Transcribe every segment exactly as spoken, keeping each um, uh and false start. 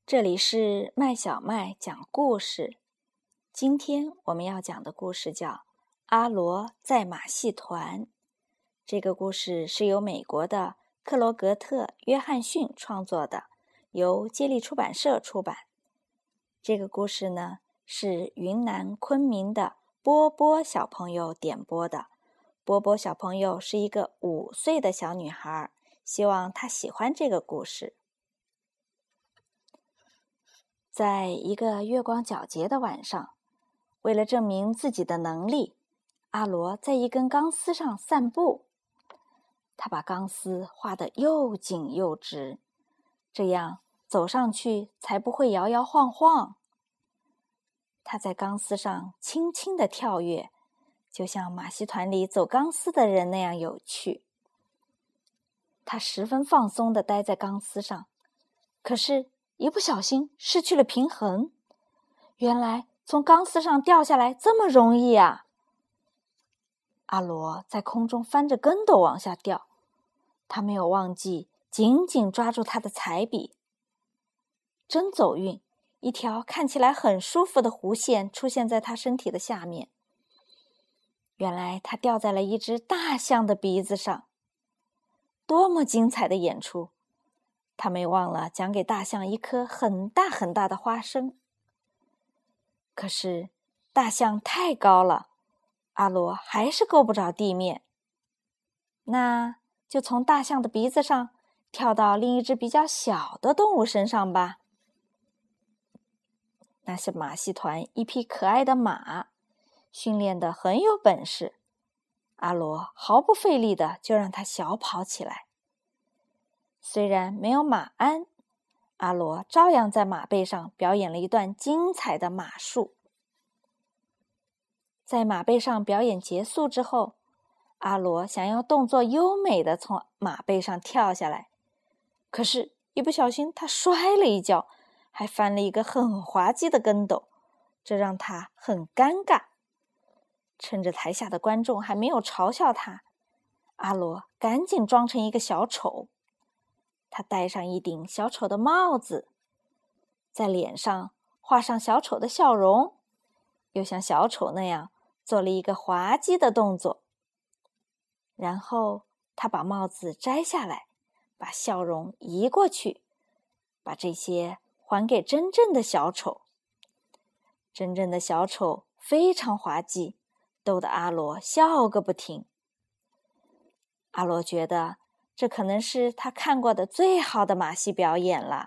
这里是麦小麦讲故事。今天我们要讲的故事叫《阿罗在马戏团》。这个故事是由美国的克罗格特·约翰逊创作的，由接力出版社出版。这个故事呢，是云南昆明的波波小朋友点播的。波波小朋友是一个五岁的小女孩，希望她喜欢这个故事。在一个月光皎洁的晚上，为了证明自己的能力，阿罗在一根钢丝上散步。他把钢丝画得又紧又直，这样走上去才不会摇摇晃晃。他在钢丝上轻轻地跳跃，就像马戏团里走钢丝的人那样有趣。他十分放松地待在钢丝上，可是一不小心失去了平衡。原来从钢丝上掉下来这么容易啊！阿罗在空中翻着跟斗往下掉，他没有忘记紧紧抓住他的彩笔。真走运，一条看起来很舒服的弧线出现在他身体的下面。原来他掉在了一只大象的鼻子上。多么精彩的演出！他没忘了讲给大象一颗很大很大的花生。可是大象太高了，阿罗还是够不着地面。那就从大象的鼻子上跳到另一只比较小的动物身上吧。那是马戏团一匹可爱的马，训练得很有本事。阿罗毫不费力地就让它小跑起来。虽然没有马鞍，阿罗照样在马背上表演了一段精彩的马术。在马背上表演结束之后，阿罗想要动作优美地从马背上跳下来，可是一不小心他摔了一跤，还翻了一个很滑稽的跟斗，这让他很尴尬。趁着台下的观众还没有嘲笑他，阿罗赶紧装成一个小丑。他戴上一顶小丑的帽子，在脸上画上小丑的笑容，又像小丑那样做了一个滑稽的动作。然后他把帽子摘下来，把笑容移过去，把这些还给真正的小丑。真正的小丑非常滑稽，逗得阿罗笑个不停。阿罗觉得这可能是他看过的最好的马戏表演了。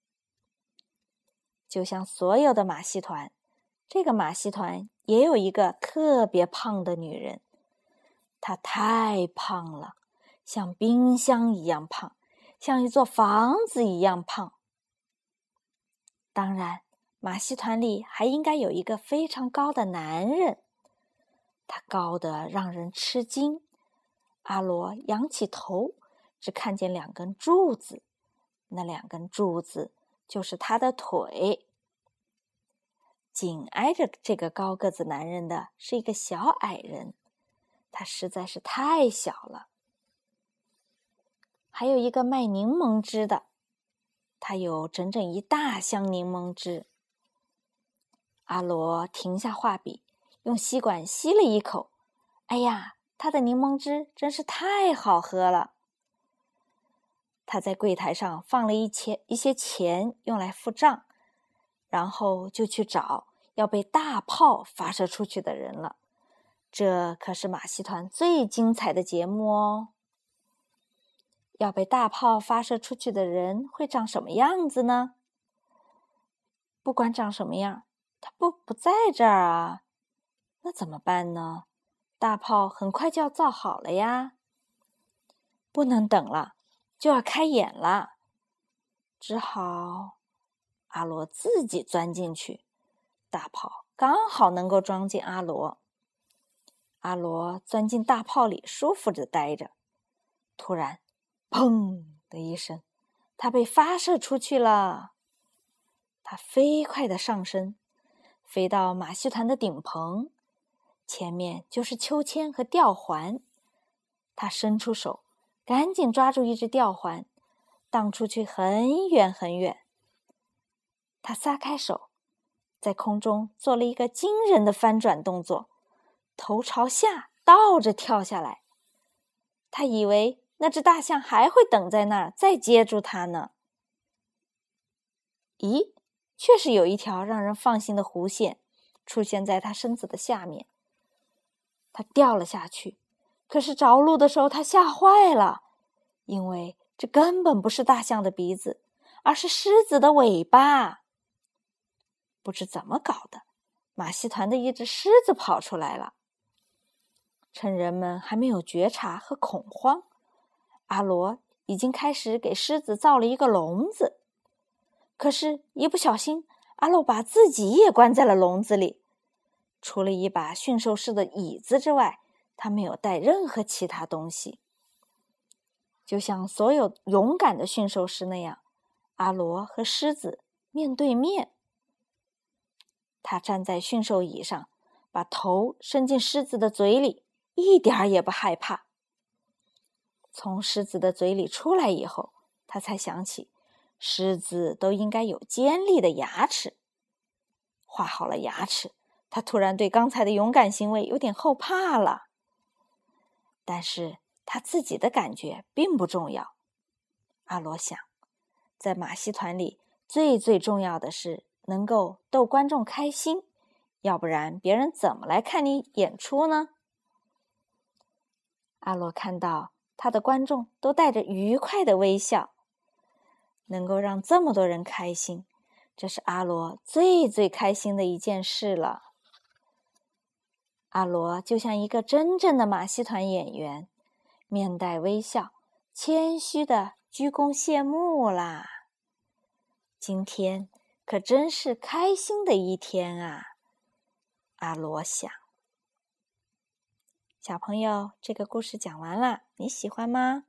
就像所有的马戏团，这个马戏团也有一个特别胖的女人。她太胖了，像冰箱一样胖，像一座房子一样胖。当然，马戏团里还应该有一个非常高的男人，他高得让人吃惊。阿罗仰起头，只看见两根柱子，那两根柱子就是他的腿。紧挨着这个高个子男人的是一个小矮人，他实在是太小了。还有一个卖柠檬汁的，他有整整一大箱柠檬汁。阿罗停下画笔，用吸管吸了一口，哎呀，他的柠檬汁真是太好喝了。他在柜台上放了一些一些钱用来付账，然后就去找要被大炮发射出去的人了。这可是马戏团最精彩的节目哦。要被大炮发射出去的人会长什么样子呢？不管长什么样，他不不在这儿啊。那怎么办呢？大炮很快就要造好了呀。不能等了，就要开演了。只好阿罗自己钻进去，大炮刚好能够装进阿罗。阿罗钻进大炮里，舒服着待着。突然，砰的一声，他被发射出去了。他飞快地上升，飞到马戏团的顶棚，前面就是秋千和吊环。他伸出手，赶紧抓住一只吊环，荡出去很远很远。 他撒开手，在空中做了一个惊人的翻转动作，头朝下倒着跳下来。他以为那只大象还会等在那儿再接住他呢。咦，确实有一条让人放心的弧线出现在他身子的下面。他掉了下去，可是着陆的时候他吓坏了，因为这根本不是大象的鼻子，而是狮子的尾巴。不知怎么搞的，马戏团的一只狮子跑出来了。趁人们还没有觉察和恐慌，阿罗已经开始给狮子造了一个笼子。可是，一不小心，阿洛把自己也关在了笼子里。除了一把驯兽师的椅子之外，他没有带任何其他东西。就像所有勇敢的驯兽师那样，阿罗和狮子面对面。他站在驯兽椅上，把头伸进狮子的嘴里，一点儿也不害怕。从狮子的嘴里出来以后，他才想起狮子都应该有尖利的牙齿。画好了牙齿，他突然对刚才的勇敢行为有点后怕了。但是他自己的感觉并不重要。阿罗想，在马戏团里最最重要的是能够逗观众开心，要不然别人怎么来看你演出呢？阿罗看到他的观众都带着愉快的微笑，能够让这么多人开心，这是阿罗最最开心的一件事了。阿罗就像一个真正的马戏团演员，面带微笑，谦虚地鞠躬谢幕啦。今天可真是开心的一天啊，阿罗想。小朋友，这个故事讲完了，你喜欢吗？